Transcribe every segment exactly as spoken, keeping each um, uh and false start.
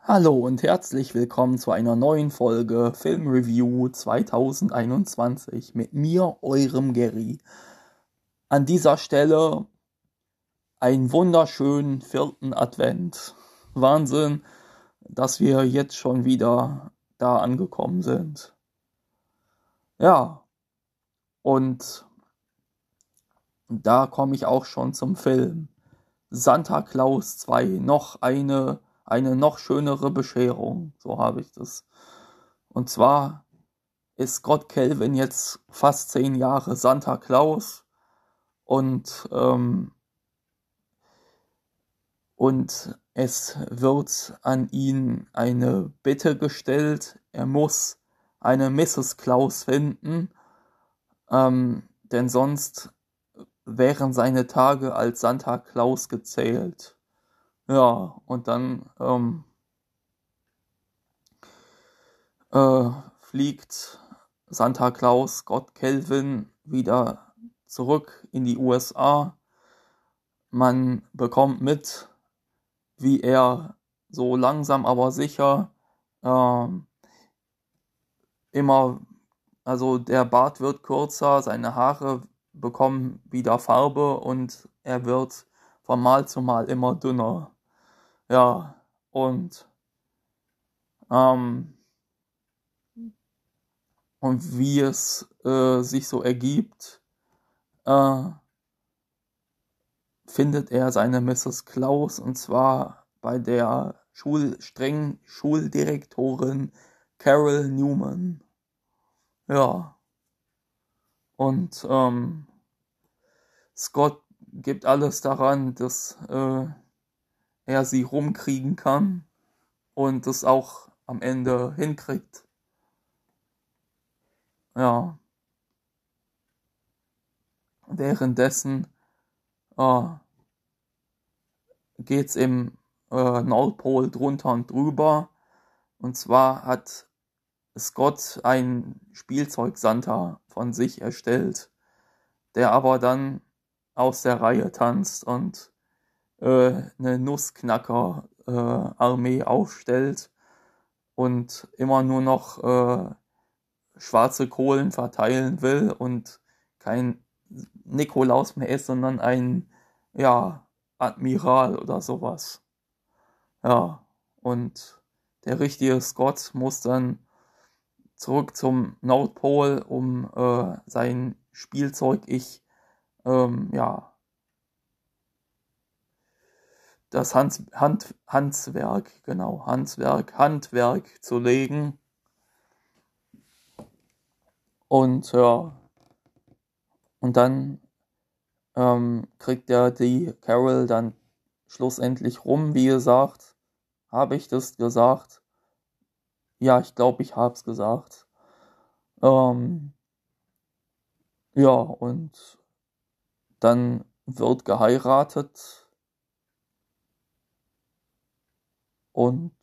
Hallo und herzlich willkommen zu einer neuen Folge Film Review zwanzig einundzwanzig mit mir, eurem Gary. An dieser Stelle einen wunderschönen vierten Advent. Wahnsinn, dass wir jetzt schon wieder da angekommen sind. Ja, und da komme ich auch schon zum Film. Santa Claus zwei, noch eine, eine noch schönere Bescherung, so habe ich das. Und zwar ist Scott Calvin jetzt fast zehn Jahre Santa Claus und, ähm, und es wird an ihn eine Bitte gestellt, er muss eine Misses Claus finden, ähm, denn sonst wären seine Tage als Santa Claus gezählt. Ja, und dann ähm, äh, fliegt Santa Claus Scott Calvin wieder zurück in die U S A. Man bekommt mit, wie er so langsam aber sicher ähm, immer, also der Bart wird kürzer, seine Haare bekommen wieder Farbe und er wird von Mal zu Mal immer dünner. Ja, und ähm, und wie es äh, sich so ergibt, äh, findet er seine Misses Claus, und zwar bei der Schul streng Schuldirektorin Carol Newman. Ja, und ähm, Scott gibt alles daran, dass äh, er sie rumkriegen kann und es auch am Ende hinkriegt. Ja, währenddessen äh, geht's im äh, Nordpol drunter und drüber. Und zwar hat Scott ein Spielzeug-Santa von sich erstellt, der aber dann aus der Reihe tanzt und äh, eine Nussknacker-Armee äh, aufstellt und immer nur noch äh, schwarze Kohlen verteilen will und kein Nikolaus mehr ist, sondern ein, ja, Admiral oder sowas. Ja, und der richtige Scott muss dann zurück zum Nordpol, um äh, sein Spielzeug-Ich, ähm, ja, das Hans, Hand, Handwerk, genau, Handwerk, Handwerk zu legen. Und ja, und dann ähm, kriegt er die Carol dann schlussendlich rum, wie gesagt. Habe ich das gesagt? Ja, ich glaube, ich habe es gesagt. Ähm, ja, und dann wird geheiratet und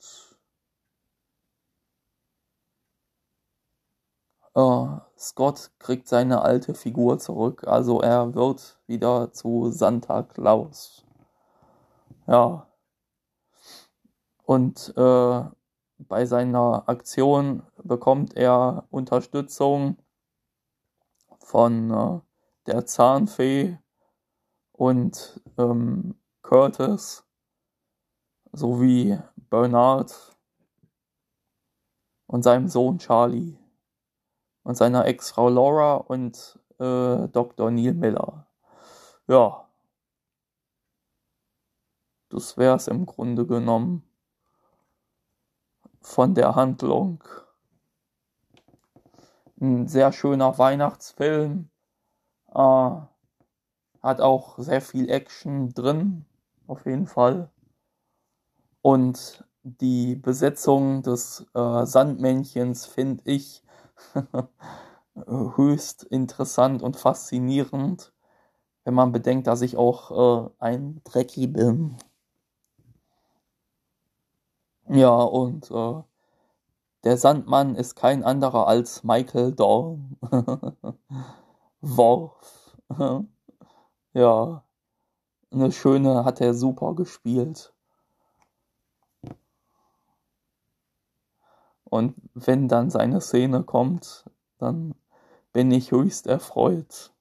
äh, Scott kriegt seine alte Figur zurück. Also er wird wieder zu Santa Claus. Ja, und äh, bei seiner Aktion bekommt er Unterstützung von äh, der Zahnfee und ähm, Curtis sowie Bernard und seinem Sohn Charlie und seiner Ex-Frau Laura und äh, Doktor Neil Miller. Ja, das wär's im Grunde genommen von der Handlung. Ein sehr schöner Weihnachtsfilm. Äh, hat auch sehr viel Action drin, auf jeden Fall. Und die Besetzung des äh, Sandmännchens finde ich höchst interessant und faszinierend, wenn man bedenkt, dass ich auch äh, ein Trekkie bin. Ja, und äh, der Sandmann ist kein anderer als Michael Dorn. Worf. Ja, eine schöne hat er super gespielt. Und wenn dann seine Szene kommt, dann bin ich höchst erfreut.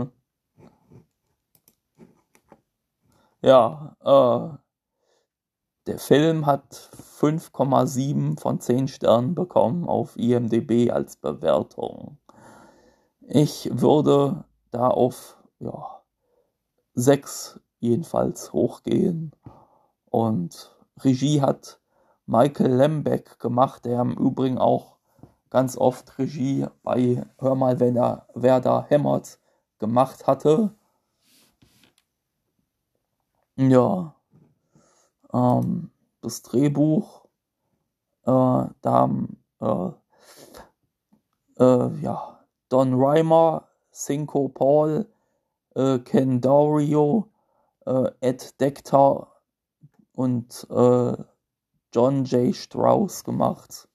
Ja, äh, der Film hat fünf Komma sieben von zehn Sternen bekommen auf I M D B als Bewertung. Ich würde da auf ja, sechs jedenfalls hochgehen. Und Regie hat Michael Lembeck gemacht, der im Übrigen auch ganz oft Regie bei Hör mal, wenn er, wer da hämmert gemacht hatte. Ja, ähm, das Drehbuch, äh, da haben äh, äh, ja, Don Reimer, Cinco Paul, äh, Ken Daurio, äh, Ed Decter und äh, John J. Strauss gemacht.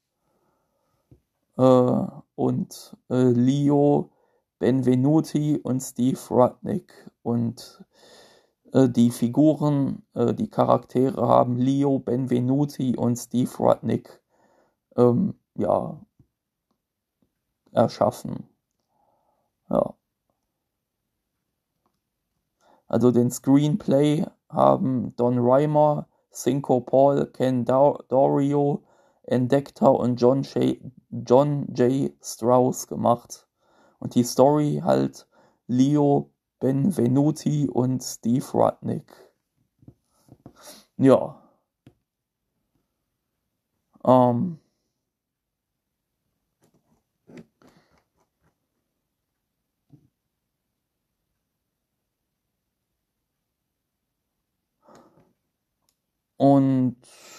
Äh, und äh, Leo Benvenuti und Steve Rudnick. Und äh, die Figuren, äh, die Charaktere haben Leo Benvenuti und Steve Rudnick ähm, ja, erschaffen. Ja. Also den Screenplay haben Don Reimer, Cinco Paul, Ken Daurio, Endecta und John J. John J. Strauss gemacht. Und die Story halt Leo Benvenuti und Steve Rudnick. Ja. Ähm. Und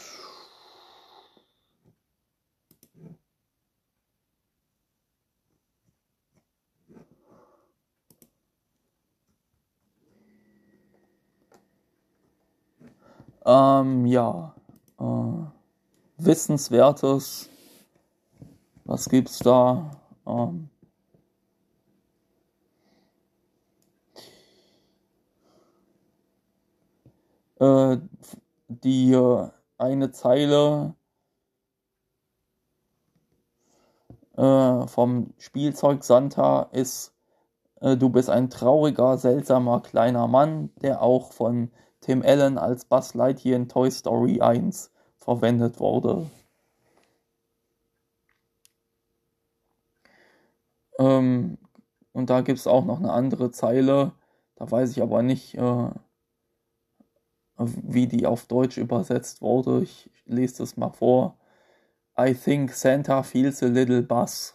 ähm, ja, äh, Wissenswertes, was gibt's da? Ähm, äh, die äh, eine Zeile äh, vom Spielzeug Santa ist: äh, Du bist ein trauriger, seltsamer kleiner Mann, der auch von Tim Allen als Buzz Lightyear in Toy Story eins verwendet wurde. Ähm, und da gibt es auch noch eine andere Zeile, da weiß ich aber nicht, äh, wie die auf Deutsch übersetzt wurde. Ich lese das mal vor. I think Santa feels a little buzz.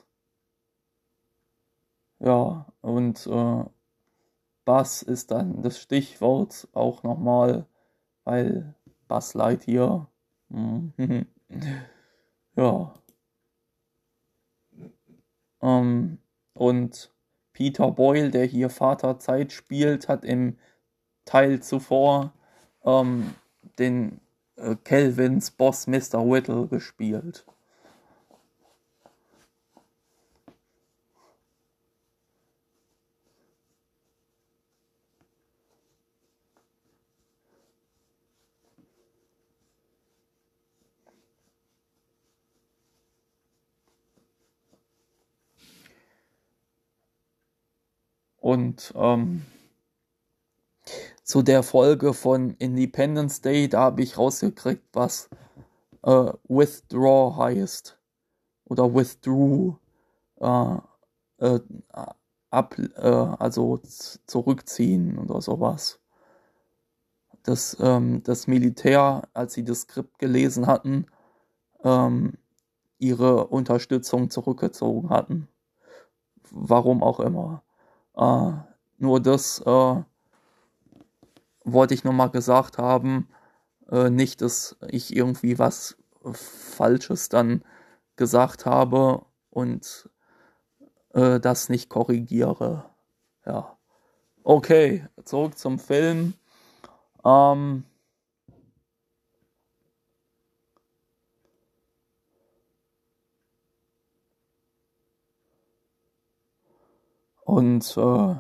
Ja, und äh, Buzz ist dann das Stichwort auch nochmal, weil Buzz Lightyear. Mhm. Ja. Ähm, und Peter Boyle, der hier Vater Zeit spielt, hat im Teil zuvor ähm, den äh, Kelvins Boss Mister Whittle gespielt. Und ähm, zu der Folge von Independence Day, da habe ich rausgekriegt, was äh, Withdraw heißt. Oder Withdrew. Äh, äh, ab, äh, also z- zurückziehen oder sowas. Das, ähm, das Militär, als sie das Skript gelesen hatten, ähm, ihre Unterstützung zurückgezogen hatten. Warum auch immer. Äh, nur das äh, wollte ich nochmal gesagt haben. Äh, nicht, dass ich irgendwie was Falsches dann gesagt habe und äh, das nicht korrigiere. Ja. Okay, zurück zum Film. Ähm, und äh,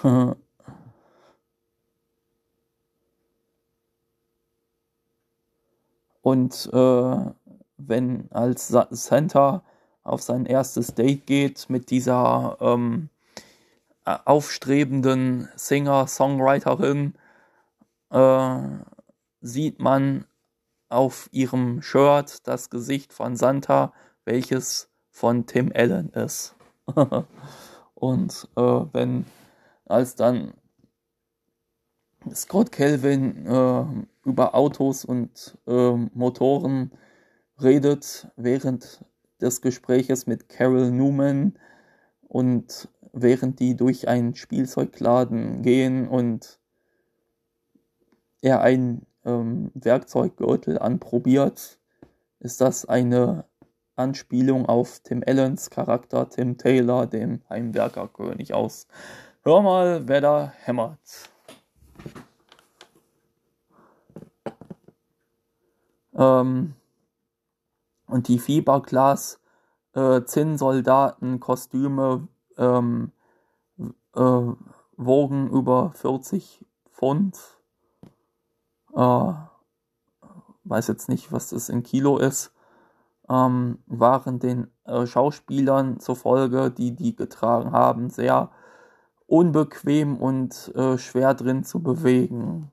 Und äh, wenn als Santa auf sein erstes Date geht mit dieser ähm, aufstrebenden Singer-Songwriterin, äh, sieht man auf ihrem Shirt das Gesicht von Santa, welches von Tim Allen ist. Und äh, wenn als dann Scott Kelvin äh, über Autos und äh, Motoren redet während des Gespräches mit Carol Newman und während die durch einen Spielzeugladen gehen und er ein ähm, Werkzeuggürtel anprobiert, ist das eine Anspielung auf Tim Allens Charakter Tim Taylor, dem Heimwerkerkönig aus Hör mal, wer da hämmert. Ähm, und die Fiberglas äh, Zinnsoldaten-Kostüme ähm, äh, wogen über vierzig Pfund. Äh, weiß jetzt nicht, was das in Kilo ist. Ähm, waren den äh, Schauspielern zufolge, die die getragen haben, sehr unbequem und äh, schwer drin zu bewegen.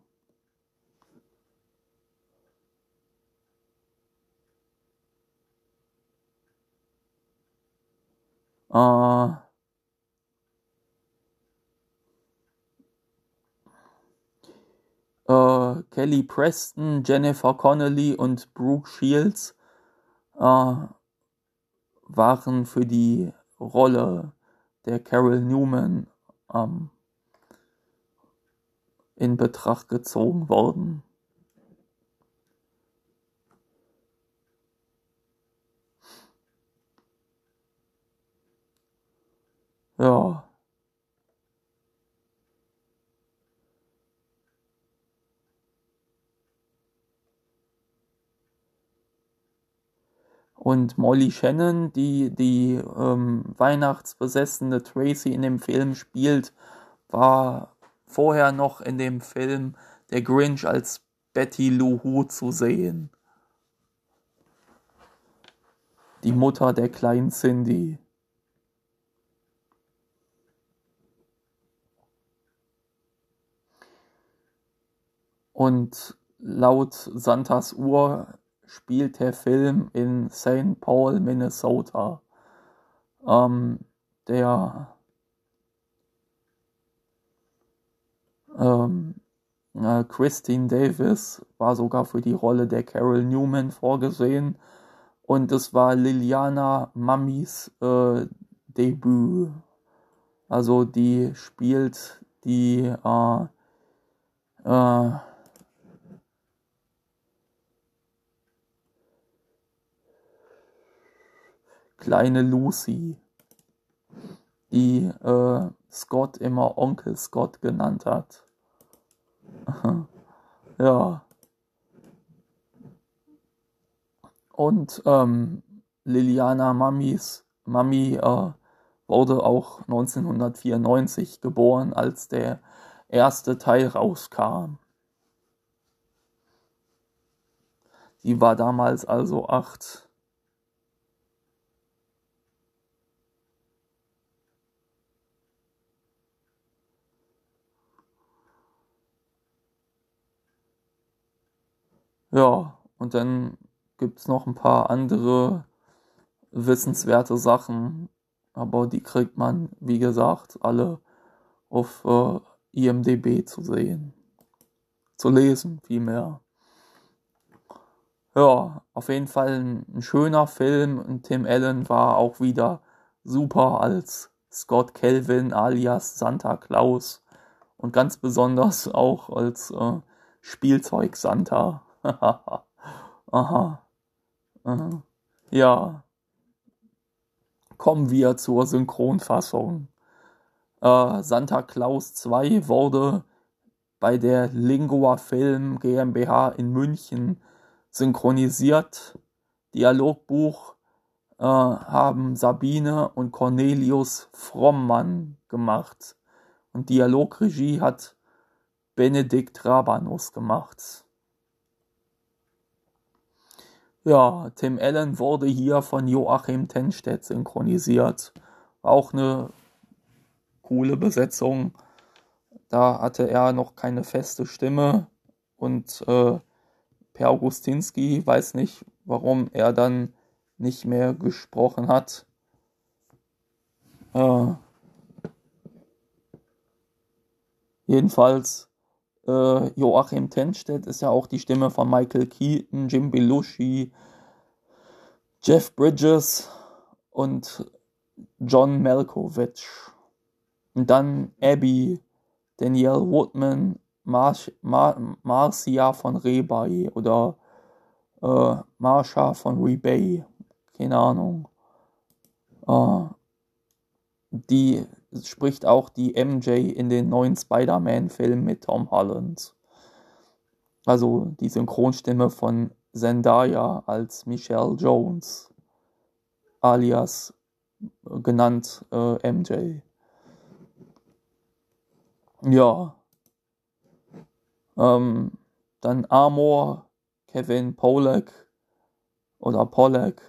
Äh, äh, Kelly Preston, Jennifer Connelly und Brooke Shields äh, waren für die Rolle der Carol Newman ähm, in Betracht gezogen worden. Ja. Und Molly Shannon, die die ähm, weihnachtsbesessene Tracy in dem Film spielt, war vorher noch in dem Film Der Grinch als Betty Lou Who zu sehen. Die Mutter der kleinen Cindy. Und laut Santas Uhr spielt der Film in Saint Paul, Minnesota. Ähm, der ähm, äh, Christine Davis war sogar für die Rolle der Carol Newman vorgesehen. Und es war Liliana Mammis äh, Debüt. Also die spielt die äh, äh, kleine Lucy, die äh, Scott immer Onkel Scott genannt hat. Ja. Und ähm, Liliana Mammis Mami äh, wurde auch neunzehnhundertvierundneunzig geboren, als der erste Teil rauskam. Sie war damals also acht. Ja, und dann gibt es noch ein paar andere wissenswerte Sachen, aber die kriegt man, wie gesagt, alle auf äh, I M D B zu sehen. Zu lesen, vielmehr. Ja, auf jeden Fall ein, ein schöner Film und Tim Allen war auch wieder super als Scott Kelvin alias Santa Claus und ganz besonders auch als äh, Spielzeug Santa. Aha. Aha. Ja, kommen wir zur Synchronfassung. Äh, Santa Claus zwei wurde bei der Lingua Film GmbH in München synchronisiert. Dialogbuch äh, haben Sabine und Cornelius Frommmann gemacht. Und Dialogregie hat Benedikt Rabanus gemacht. Ja, Tim Allen wurde hier von Joachim Tennstedt synchronisiert. Auch eine coole Besetzung. Da hatte er noch keine feste Stimme und äh, Per Augustinski weiß nicht, warum er dann nicht mehr gesprochen hat. Äh, jedenfalls äh, Joachim Tennstedt ist ja auch die Stimme von Michael Keaton, Jim Belushi, Jeff Bridges und John Malkovich. Und dann Abby, Danielle Woodman, Mar- Mar- Marcia von Rebay oder äh, Marsha von Rebay, keine Ahnung. Äh, die spricht auch die M J in den neuen Spider-Man-Filmen mit Tom Holland. Also die Synchronstimme von Zendaya als Michelle Jones, alias äh, genannt äh, M J. Ja, ähm, dann Amor, Kevin Pollack oder Pollack.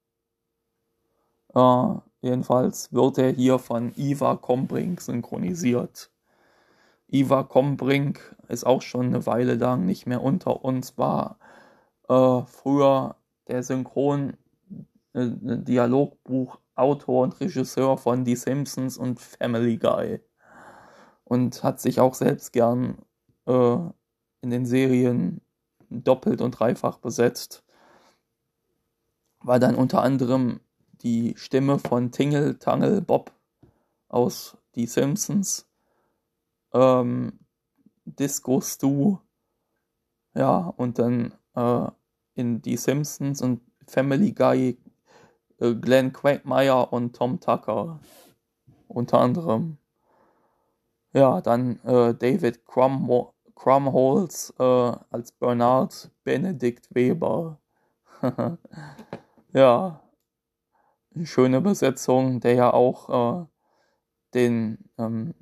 Äh, jedenfalls wird er hier von Eva Kombrink synchronisiert. Eva Kombrink ist auch schon eine Weile lang nicht mehr unter uns, war äh, früher der Synchron äh, Dialogbuchautor und Regisseur von Die Simpsons und Family Guy und hat sich auch selbst gern äh, in den Serien doppelt und dreifach besetzt. War dann unter anderem die Stimme von Tingle Tangle Bob aus Die Simpsons, ähm, Disco Stu, ja, und dann äh, in Die Simpsons und Family Guy äh, Glenn Quagmire und Tom Tucker unter anderem. Ja, dann äh, David Crumho- Crumholz äh, als Bernard Benedikt Weber. Ja, eine schöne Besetzung, der ja auch äh, den ähm,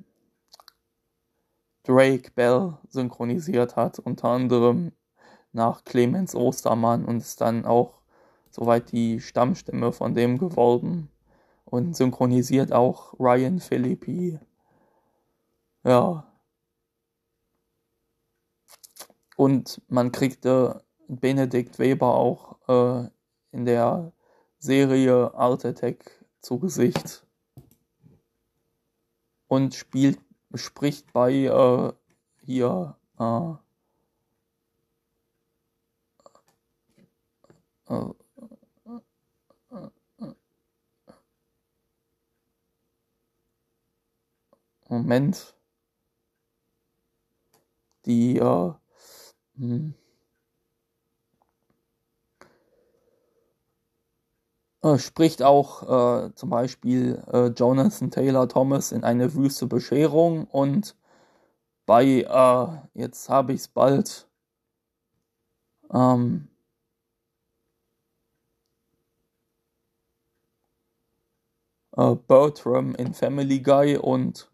Drake Bell synchronisiert hat, unter anderem nach Clemens Ostermann und ist dann auch soweit die Stammstimme von dem geworden und synchronisiert auch Ryan Phillippe. Ja. Und man kriegte Benedikt Weber auch äh, in der Serie Art Attack zu Gesicht und spielt, spricht bei äh, hier äh, äh, Moment die äh, hm, äh, spricht auch äh, zum Beispiel äh, Jonathan Taylor Thomas in Eine wüste Bescherung und bei äh, jetzt habe ich es bald ähm, äh, Bertram in Family Guy und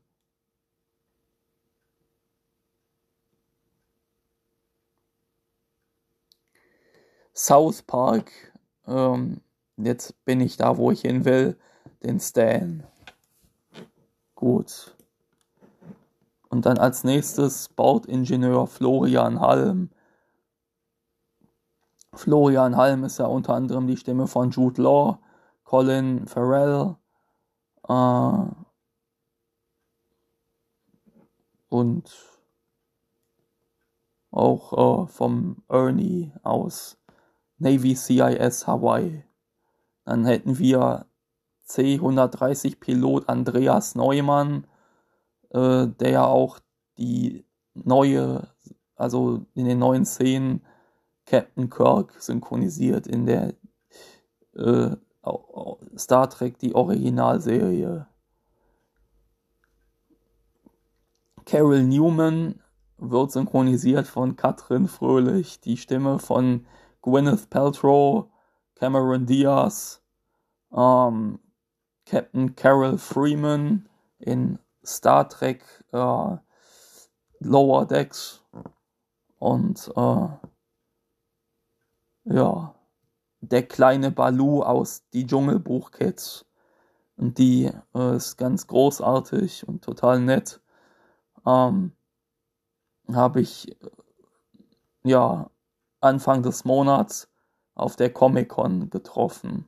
South Park. Ähm, jetzt bin ich da, wo ich hin will, den Stan. Gut. Und dann als nächstes Bordingenieur Florian Halm. Florian Halm ist ja unter anderem die Stimme von Jude Law, Colin Farrell äh, und auch äh, vom Ernie aus Navy C I S Hawaii. Dann hätten wir C hundertdreißig Pilot Andreas Neumann, äh, der ja auch die neue, also in den neuen Szenen Captain Kirk synchronisiert in der äh, Star Trek, die Originalserie. Carol Newman wird synchronisiert von Katrin Fröhlich, die Stimme von Gwyneth Paltrow, Cameron Diaz, ähm, Captain Carol Freeman in Star Trek äh, Lower Decks und äh, ja, der kleine Baloo aus Die Dschungelbuch-Kids. Und die äh, ist ganz großartig und total nett. Ähm, habe ich äh, ja Anfang des Monats auf der Comic-Con getroffen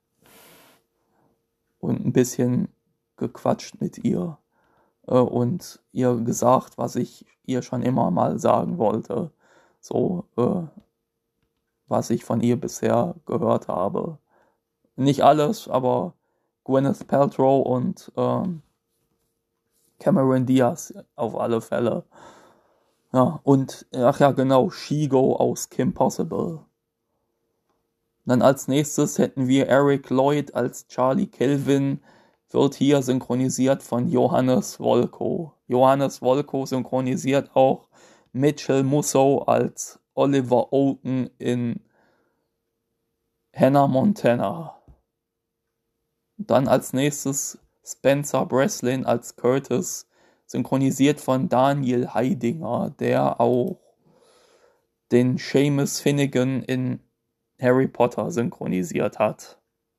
und ein bisschen gequatscht mit ihr äh, und ihr gesagt, was ich ihr schon immer mal sagen wollte. So, äh, was ich von ihr bisher gehört habe. Nicht alles, aber Gwyneth Paltrow und ähm, Cameron Diaz auf alle Fälle. Ja, und, ach ja, genau, Shigo aus Kim Possible. Dann als nächstes hätten wir Eric Lloyd als Charlie Kelvin, wird hier synchronisiert von Johannes Wolkow. Johannes Wolkow synchronisiert auch Mitchell Musso als Oliver Oaken in Hannah Montana. Dann als nächstes Spencer Breslin als Curtis, synchronisiert von Daniel Heidinger, der auch den Seamus Finnegan in Harry Potter synchronisiert hat.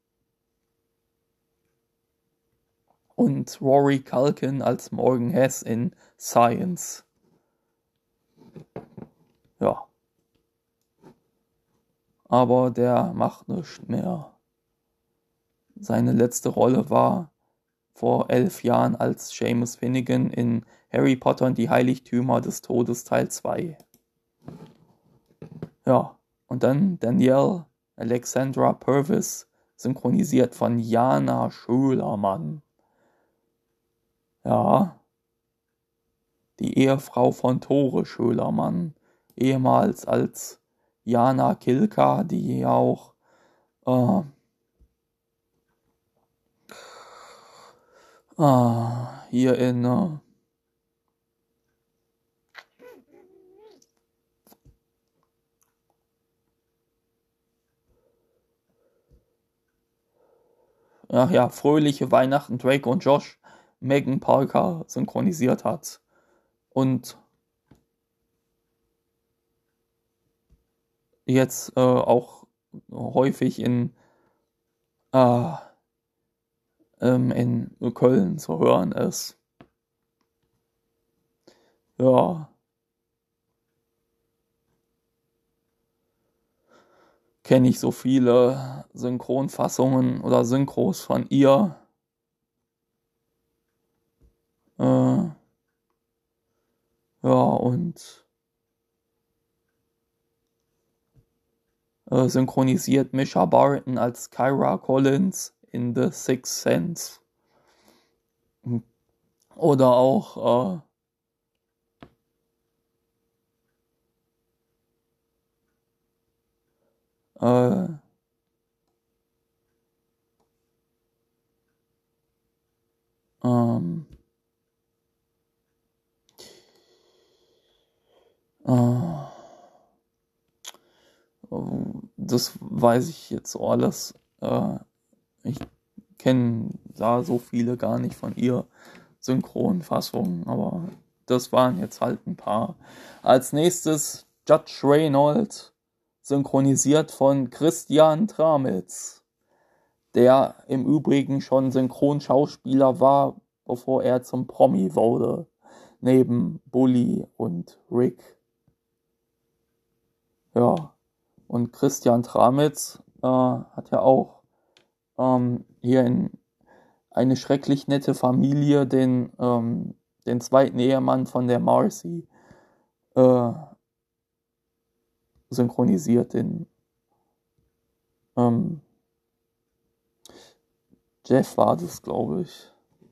Und Rory Culkin als Morgan Hess in Science. Ja. Aber der macht nichts mehr. Seine letzte Rolle war vor elf Jahren als Seamus Finnegan in Harry Potter und die Heiligtümer des Todes Teil zwei. Ja, und dann Danielle Alexandra Purvis, synchronisiert von Jana Schölermann. Ja, die Ehefrau von Tore Schölermann, ehemals als Jana Kilka, die auch äh, äh, hier in äh, ach ja, Fröhliche Weihnachten, Drake und Josh, Megan Parker synchronisiert hat. Und jetzt äh, auch häufig in, äh, ähm, in Köln zu hören ist. Ja. Kenne ich so viele Synchronfassungen oder Synchros von ihr. Äh, ja, und äh, synchronisiert Mischa Barton als Kyra Collins in The Sixth Sense. Oder auch äh, äh, ähm, äh, das weiß ich jetzt so alles. Äh, ich kenne da so viele gar nicht von ihr Synchronfassungen, aber das waren jetzt halt ein paar. Als nächstes Judge Reynold, synchronisiert von Christian Tramitz, der im Übrigen schon Synchronschauspieler war, bevor er zum Promi wurde, neben Bully und Rick. Ja, und Christian Tramitz äh, hat ja auch ähm, hier in Eine schrecklich nette Familie den, ähm, den zweiten Ehemann von der Marcy äh, synchronisiert, den ähm, Jeff war das, glaube ich.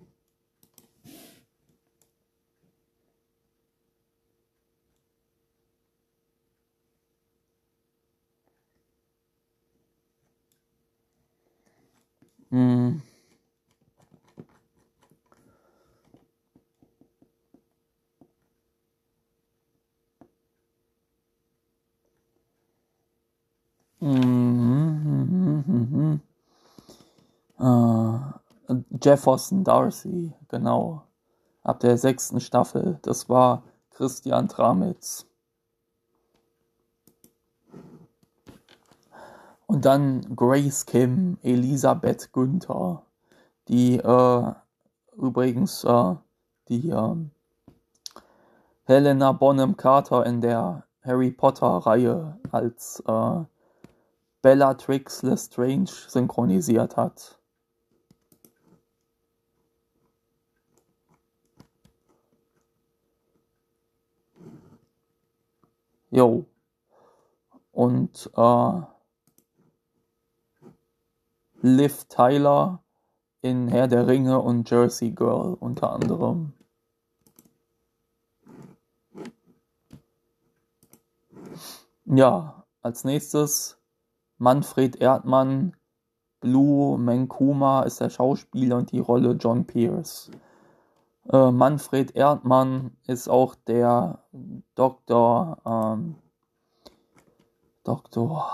Hm. Mhm, mhm, mhm. Äh, Jefferson Darcy, genau. ab der sechsten Staffel. Das war Christian Tramitz. Und dann Grace Kim, Elisabeth Günther, die äh, übrigens äh, die äh, Helena Bonham Carter in der Harry Potter Reihe als äh, Bellatrix Lestrange synchronisiert hat. Jo. Und äh, Liv Tyler in Herr der Ringe und Jersey Girl unter anderem. Ja, als nächstes Manfred Erdmann. Blue Menkuma ist der Schauspieler und die Rolle John Pierce. Äh, Manfred Erdmann ist auch der Doktor, ähm, Doktor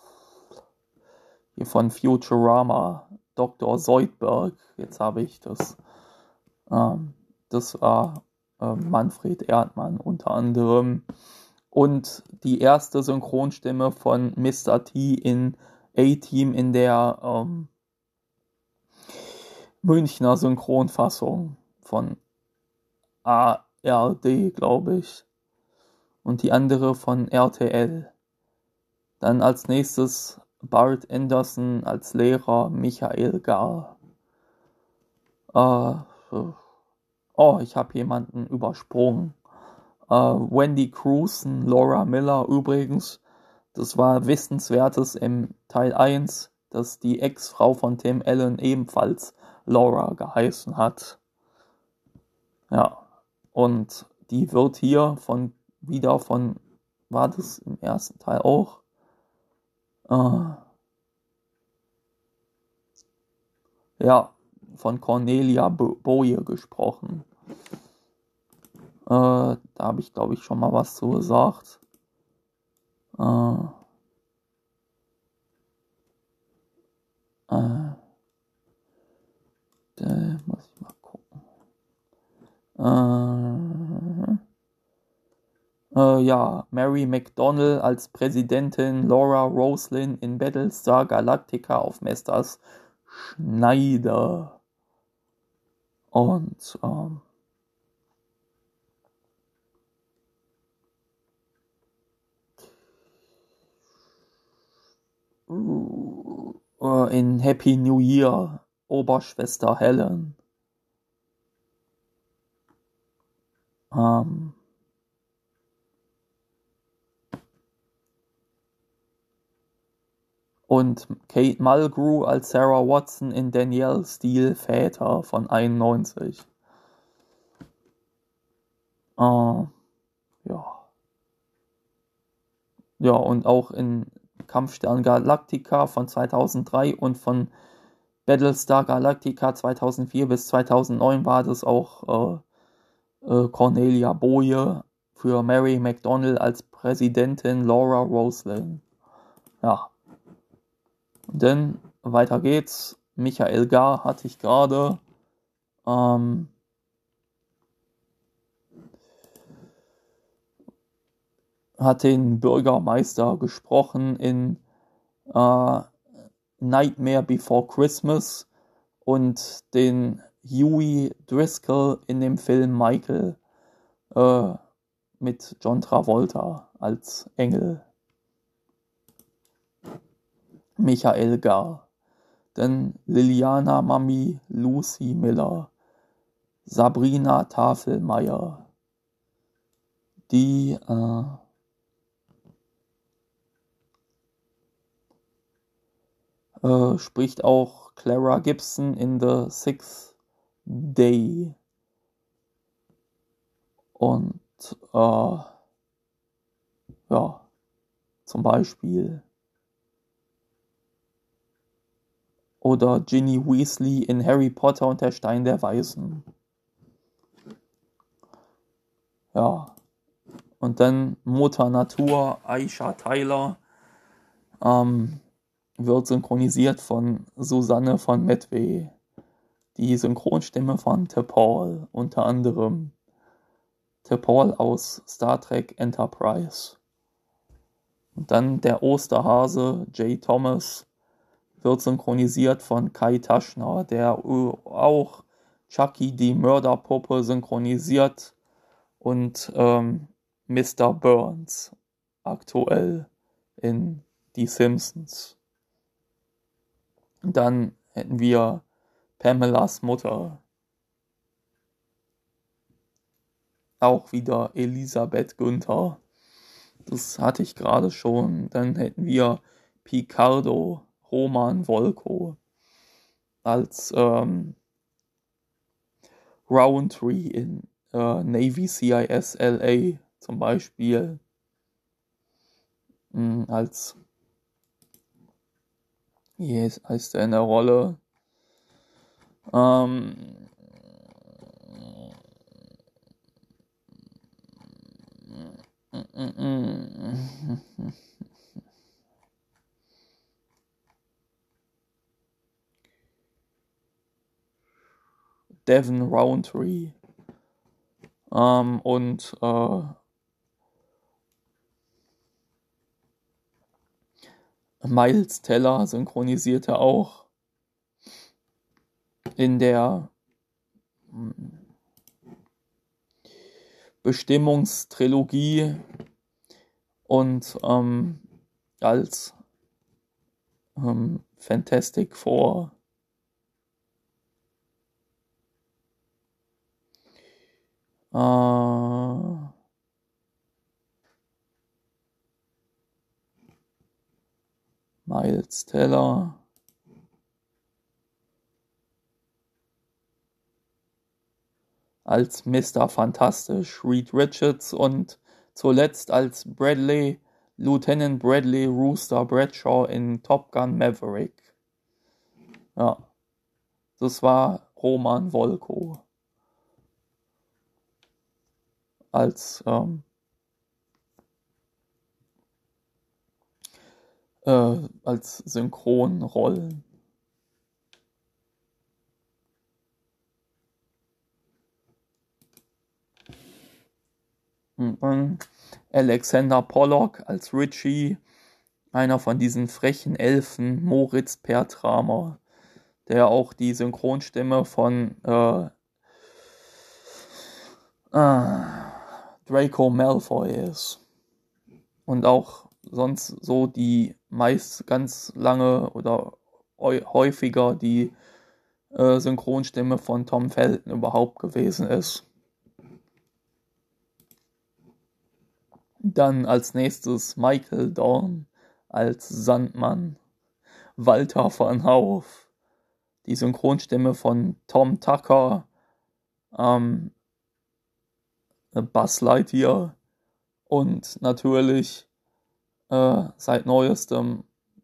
hier von Futurama, Doktor Zoidberg. Jetzt habe ich das. Ähm, das war äh, Manfred Erdmann unter anderem. Und die erste Synchronstimme von Mister T in A-Team in der ähm, Münchner Synchronfassung von A R D, glaube ich. Und die andere von R T L. Dann als nächstes Bart Anderson als Lehrer Michael Gar. Äh, oh, ich habe jemanden übersprungen. Äh, Wendy Crewson, Laura Miller übrigens. Das war Wissenswertes im Teil eins, dass die Ex-Frau von Tim Allen ebenfalls Laura geheißen hat. Ja, und die wird hier von wieder von, war das im ersten Teil auch? Äh, ja, von Cornelia Boye gesprochen. Äh, da habe ich, glaube ich, schon mal was zu gesagt. Äh, äh, da muss ich mal gucken. Äh, äh, ja, Mary McDonnell als Präsidentin, Laura Roslin in Battlestar Galactica auf Mesters Schneider. Und ähm, in Happy New Year Oberschwester Helen. Ähm, und Kate Mulgrew als Sarah Watson in Danielle Steele Väter von einundneunzig. Äh, ja. Ja, und auch in Kampfstern Galactica von zweitausenddrei und von Battlestar Galactica zweitausendvier bis zweitausendneun war das auch äh, äh, Cornelia Boye für Mary McDonnell als Präsidentin Laura Roslin. Ja. Und dann weiter geht's. Michael Gar hatte ich gerade. Ähm, hat den Bürgermeister gesprochen in äh, Nightmare Before Christmas und den Huey Driscoll in dem Film Michael äh, mit John Travolta als Engel. Michael Gar. Dann Liliana Mami Lucy Miller. Sabrina Tafelmeier. Die äh, äh, spricht auch Clara Gibson in The Sixth Day. Und äh, ja, zum Beispiel. Oder Ginny Weasley in Harry Potter und der Stein der Weisen. Ja. Und dann Mutter Natur, Aisha Tyler, ähm, wird synchronisiert von Susanne von Medway. die Synchronstimme von T'Pol, unter anderem T'Pol aus Star Trek Enterprise. Und dann der Osterhase Jay Thomas wird synchronisiert von Kai Taschner, der auch Chucky die Mörderpuppe synchronisiert und ähm, Mister Burns aktuell in Die Simpsons. Und dann hätten wir Pamelas Mutter, auch wieder Elisabeth Günther. Das hatte ich gerade schon. Dann hätten wir Picardo Roman Volko als ähm, Roundtree in äh, Navy C I S L A zum Beispiel. Mh, als wie heißt der in der Rolle? Ähm, Devon Roundtree. Ähm, und äh, Miles Teller synchronisierte auch in der Bestimmungstrilogie und ähm, als ähm, Fantastic Four. Äh, Miles Teller. Als Mister Fantastisch Reed Richards und zuletzt als Bradley, Lieutenant Bradley Rooster Bradshaw in Top Gun Maverick. Ja, das war Roman Volko als ähm, äh, als Synchronrollen. Und dann Alexander Pollock als Richie, einer von diesen frechen Elfen, Moritz Pertramer, der auch die Synchronstimme von äh, äh, Draco Malfoy ist. Und auch sonst so die meist ganz lange oder häufiger die äh, Synchronstimme von Tom Felton überhaupt gewesen ist. Dann als nächstes Michael Dorn als Sandmann, Walter van Hauff, die Synchronstimme von Tom Tucker, ähm, Buzz Lightyear und natürlich äh, seit neuestem,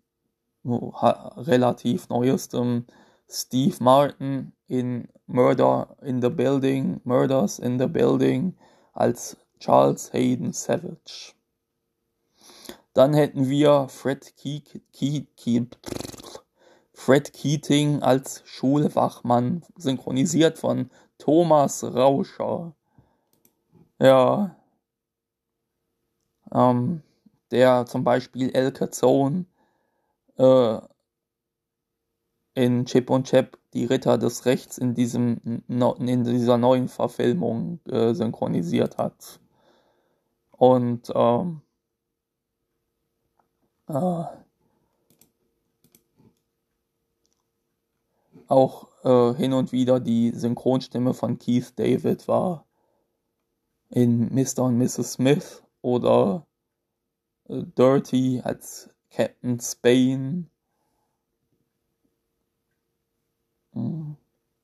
relativ neuestem, Steve Martin in Murder in the Building, Murders in the Building als Charles Hayden Savage. Dann hätten wir Fred, Ke- Ke- Ke- Fred Keating als Schulwachmann, synchronisiert von Thomas Rauscher. Ja, ähm, der zum Beispiel El Cazone äh, in Chip und Chap, die Ritter des Rechts, in, diesem, in dieser neuen Verfilmung äh, synchronisiert hat. Und ähm, äh, auch äh, hin und wieder die Synchronstimme von Keith David war in Mister und Misses Smith oder äh, Dirty als Captain Spain. Mhm.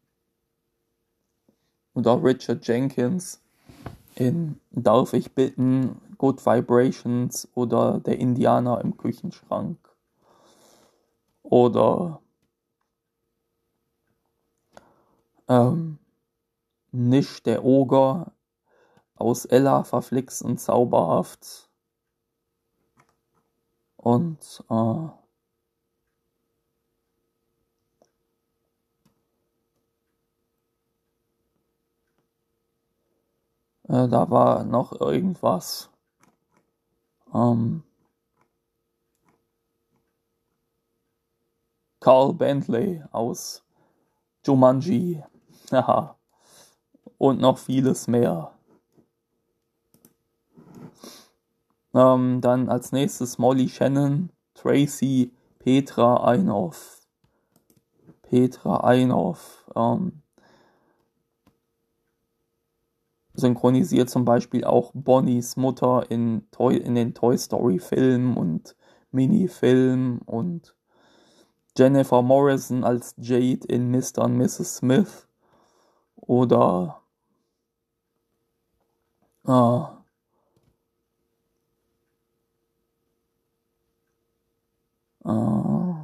Oder Richard Jenkins in Darf ich bitten, Good Vibrations oder Der Indianer im Küchenschrank. Oder ähm, Nisch der Oger aus Ella verflixt und zauberhaft. Und äh, Äh, da war noch irgendwas. Ähm, Carl Bentley aus Jumanji. Haha. Und noch vieles mehr. Ähm, dann als nächstes Molly Shannon, Tracy Petra Einhoff. Petra Einhoff. Ähm, synchronisiert zum Beispiel auch Bonnies Mutter in, Toy, in den Toy Story Filmen und Minifilmen und Jennifer Morrison als Jade in Mister und Misses Smith oder äh, äh,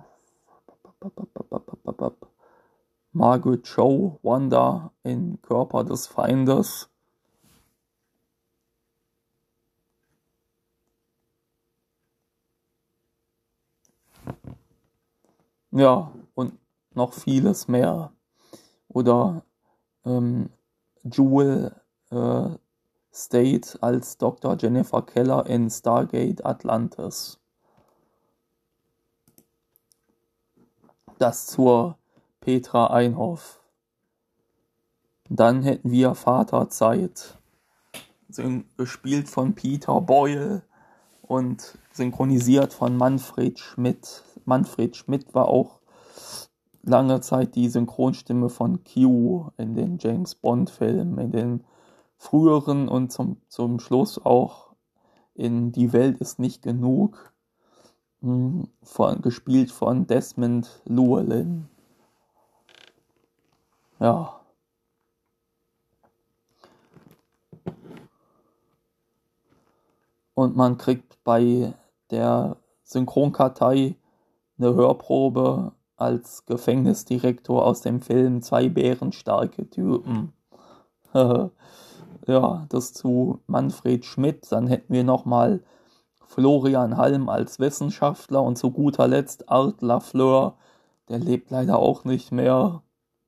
Margaret Cho, Wanda in Körper des Feindes. Ja, und noch vieles mehr. Oder ähm, Jewel äh, State als Doktor Jennifer Keller in Stargate Atlantis. Das zur Petra Einhoff. Dann hätten wir Vaterzeit, gespielt von Peter Boyle und synchronisiert von Manfred Schmidt. Manfred Schmidt war auch lange Zeit die Synchronstimme von Q in den James Bond Filmen, in den früheren und zum, zum Schluss auch in Die Welt ist nicht genug, von, gespielt von Desmond Llewellyn. Ja. Und man kriegt bei der Synchronkartei eine Hörprobe als Gefängnisdirektor aus dem Film Zwei bärenstarke Typen. Ja, das zu Manfred Schmidt. Dann hätten wir nochmal Florian Halm als Wissenschaftler und zu guter Letzt Art Lafleur. Der lebt leider auch nicht mehr.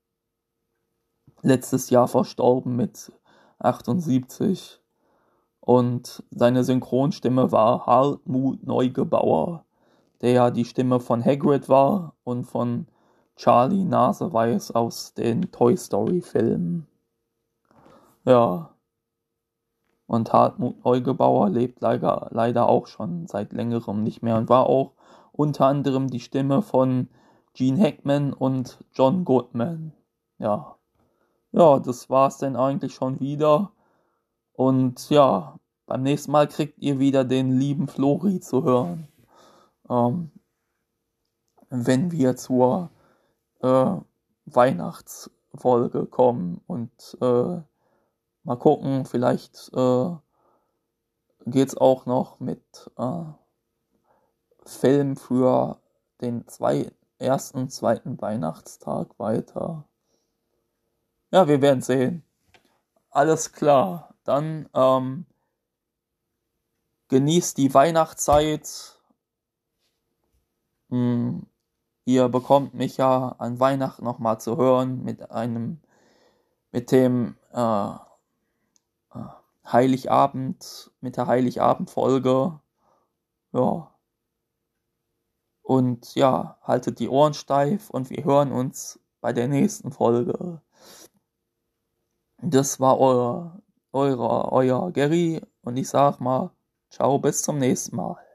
Letztes Jahr verstorben mit achtundsiebzig. Und seine Synchronstimme war Hartmut Neugebauer, der ja die Stimme von Hagrid war und von Charlie Naseweiß aus den Toy Story Filmen. Ja. Und Hartmut Neugebauer lebt leider, leider auch schon seit längerem nicht mehr und war auch unter anderem die Stimme von Gene Hackman und John Goodman. Ja. Ja, das war's denn eigentlich schon wieder. Und ja, beim nächsten Mal kriegt ihr wieder den lieben Flori zu hören. Ähm, wenn wir zur äh, Weihnachtsfolge kommen und äh, mal gucken, vielleicht äh, geht's auch noch mit äh, Film für den zwei, ersten, zweiten Weihnachtstag weiter. Ja, wir werden sehen. Alles klar. Dann ähm, genießt die Weihnachtszeit. Hm, ihr bekommt mich ja an Weihnachten nochmal zu hören mit einem, mit dem äh, Heiligabend, mit der Heiligabend-Folge. Ja. Und ja, haltet die Ohren steif und wir hören uns bei der nächsten Folge. Das war euer, euer, euer Gary und ich sag mal, ciao, bis zum nächsten Mal.